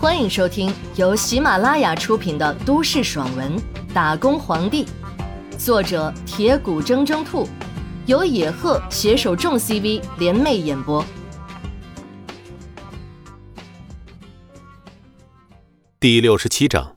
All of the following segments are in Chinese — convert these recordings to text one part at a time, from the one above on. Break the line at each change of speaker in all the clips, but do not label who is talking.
欢迎收听由喜马拉雅出品的都市爽文《打工皇帝》，作者铁骨铮铮兔，由野鹤携手众 CV 联袂演播。
第67章。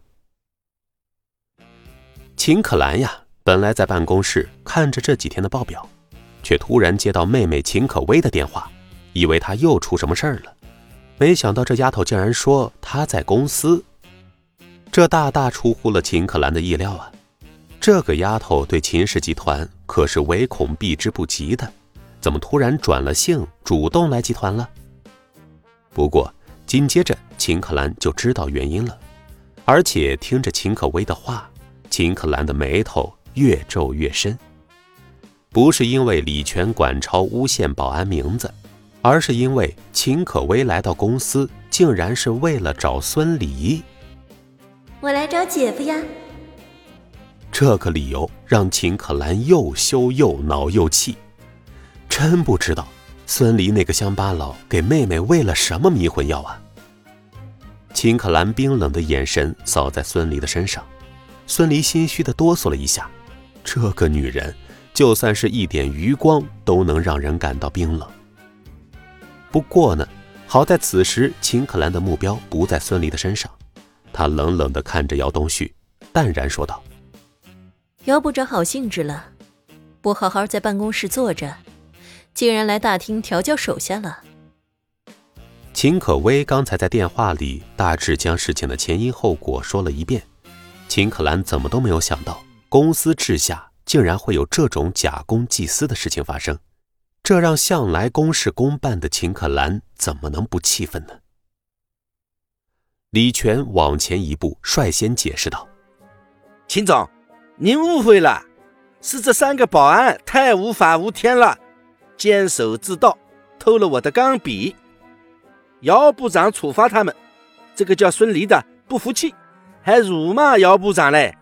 秦可兰呀，本来在办公室看着这几天的报表，却突然接到妹妹秦可薇的电话，以为她又出什么事儿了。没想到这丫头竟然说她在公司，这大大出乎了秦可兰的意料啊！这个丫头对秦氏集团可是唯恐避之不及的，怎么突然转了性，主动来集团了？不过紧接着秦可兰就知道原因了，而且听着秦可薇的话，秦可兰的眉头越皱越深。不是因为李全管超诬陷保安名字，而是因为秦可薇来到公司竟然是为了找孙离。
我来找姐夫呀。
这个理由让秦可兰又羞又恼又气，真不知道孙离那个乡巴佬给妹妹喂了什么迷魂药啊！秦可兰冰冷的眼神扫在孙离的身上，孙离心虚地哆嗦了一下，这个女人就算是一点余光都能让人感到冰冷。不过呢，好在此时秦可兰的目标不在孙离的身上，她冷冷地看着姚东旭，淡然说道：
姚部长好兴致了，不好好在办公室坐着，竟然来大厅调教手下了。
秦可薇刚才在电话里大致将事情的前因后果说了一遍，秦可兰怎么都没有想到公司治下竟然会有这种假公济私的事情发生，这让向来公事公办的秦可兰怎么能不气愤呢？李全往前一步率先解释道：
秦总，您误会了，是这3个保安太无法无天了，监守自盗，偷了我的钢笔。姚部长处罚他们，这个叫孙离的不服气，还辱骂姚部长嘞。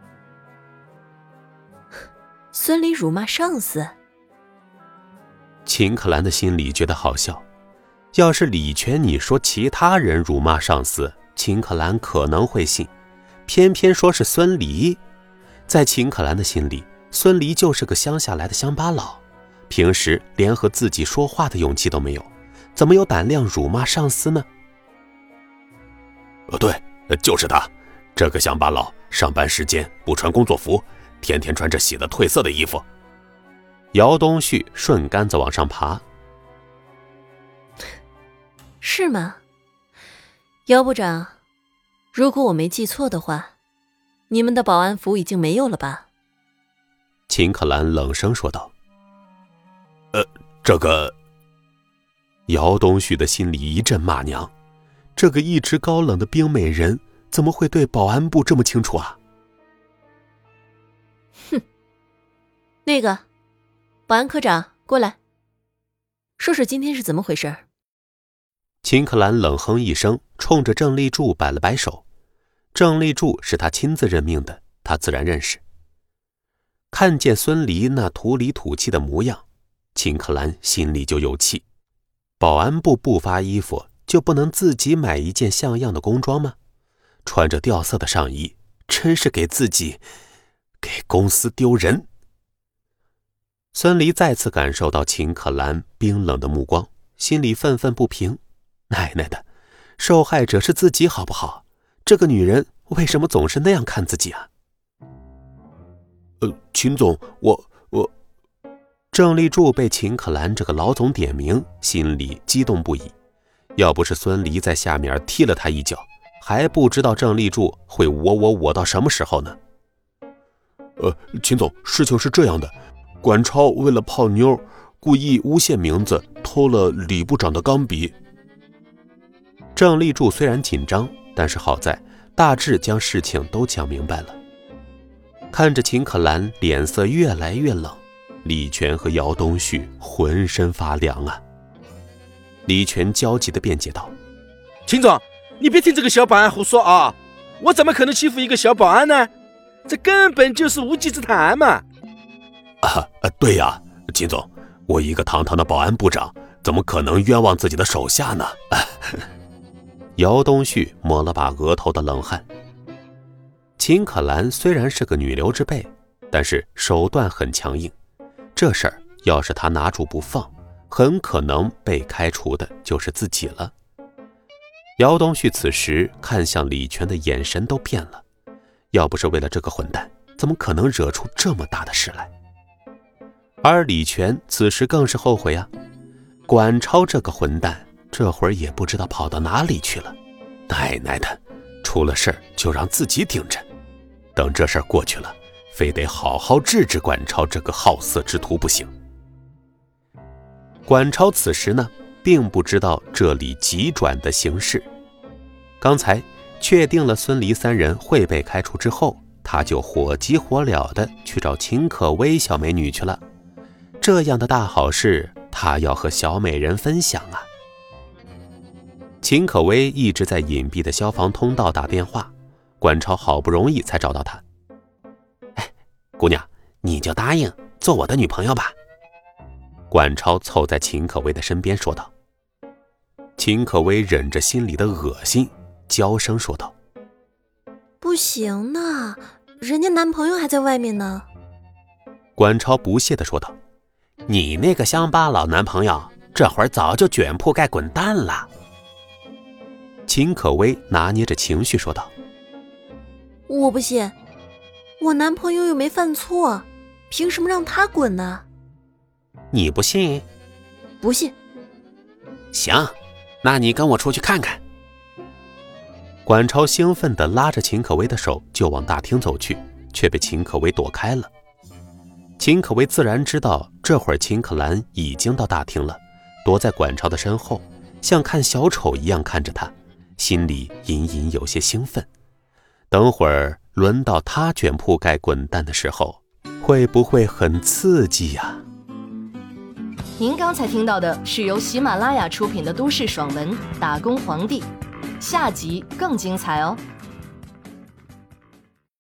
孙离辱骂上司？
秦可兰的心里觉得好笑，要是李全你说其他人辱骂上司，秦可兰可能会信，偏偏说是孙离。在秦可兰的心里，孙离就是个乡下来的乡巴佬，平时连和自己说话的勇气都没有，怎么有胆量辱骂上司呢？
对，就是他，这个乡巴佬上班时间不穿工作服，天天穿着洗得褪色的衣服。
姚东旭顺杆子往上爬。
是吗？姚部长，如果我没记错的话，你们的保安服已经没有了吧？
秦可兰冷声说道。
这个……
姚东旭的心里一阵骂娘，这个一直高冷的冰美人怎么会对保安部这么清楚啊？
哼，那个保安科长过来，说说今天是怎么回事。
秦可兰冷哼一声，冲着郑立柱摆了摆手。郑立柱是他亲自任命的，他自然认识。看见孙离那土里土气的模样，秦可兰心里就有气。保安部不发衣服，就不能自己买一件像样的工装吗？穿着掉色的上衣，真是给自己、给公司丢人。孙离再次感受到秦可兰冰冷的目光，心里愤愤不平。奶奶的，受害者是自己好不好？这个女人为什么总是那样看自己啊？
秦总，我……
郑立柱被秦可兰这个老总点名，心里激动不已。要不是孙离在下面踢了他一脚，还不知道郑立柱会我到什么时候呢。
秦总，事情是这样的，管超为了泡妞，故意诬陷名字，偷了李部长的钢笔。
郑立柱虽然紧张，但是好在大致将事情都讲明白了。看着秦可兰脸色越来越冷，李全和姚东旭浑身发凉啊。李全焦急地辩解道：
秦总，你别听这个小保安胡说啊！我怎么可能欺负一个小保安呢？这根本就是无稽之谈嘛！
对呀，秦总，我一个堂堂的保安部长，怎么可能冤枉自己的手下呢？
姚东旭抹了把额头的冷汗。秦可兰虽然是个女流之辈，但是手段很强硬，这事儿要是她拿住不放，很可能被开除的就是自己了。姚东旭此时看向李全的眼神都变了，要不是为了这个混蛋，怎么可能惹出这么大的事来？而李全此时更是后悔啊，管超这个混蛋这会儿也不知道跑到哪里去了，奶奶的，出了事儿就让自己顶着，等这事儿过去了，非得好好治治管超这个好色之徒不行。管超此时呢，并不知道这里急转的形势。刚才确定了孙离三人会被开除之后，他就火急火燎地去找秦可薇小美女去了。这样的大好事，他要和小美人分享啊。秦可薇一直在隐蔽的消防通道打电话，管超好不容易才找到她。哎，姑娘，你就答应做我的女朋友吧。管超凑在秦可薇的身边说道。秦可薇忍着心里的恶心，娇声说道：
不行呢，人家男朋友还在外面呢。
管超不屑地说道：你那个乡巴佬男朋友这会儿早就卷铺盖滚蛋了。秦可薇拿捏着情绪说道：
我不信，我男朋友又没犯错，凭什么让他滚呢？
你不信？
不信。
行，那你跟我出去看看。管超兴奋地拉着秦可薇的手就往大厅走去，却被秦可薇躲开了。秦可薇自然知道这会儿秦可兰已经到大厅了，躲在管超的身后，像看小丑一样看着他，心里隐隐有些兴奋。等会儿轮到他卷铺盖滚蛋的时候，会不会很刺激呀？
您刚才听到的是由喜马拉雅出品的都市爽文《打工皇帝》，下集更精彩哦。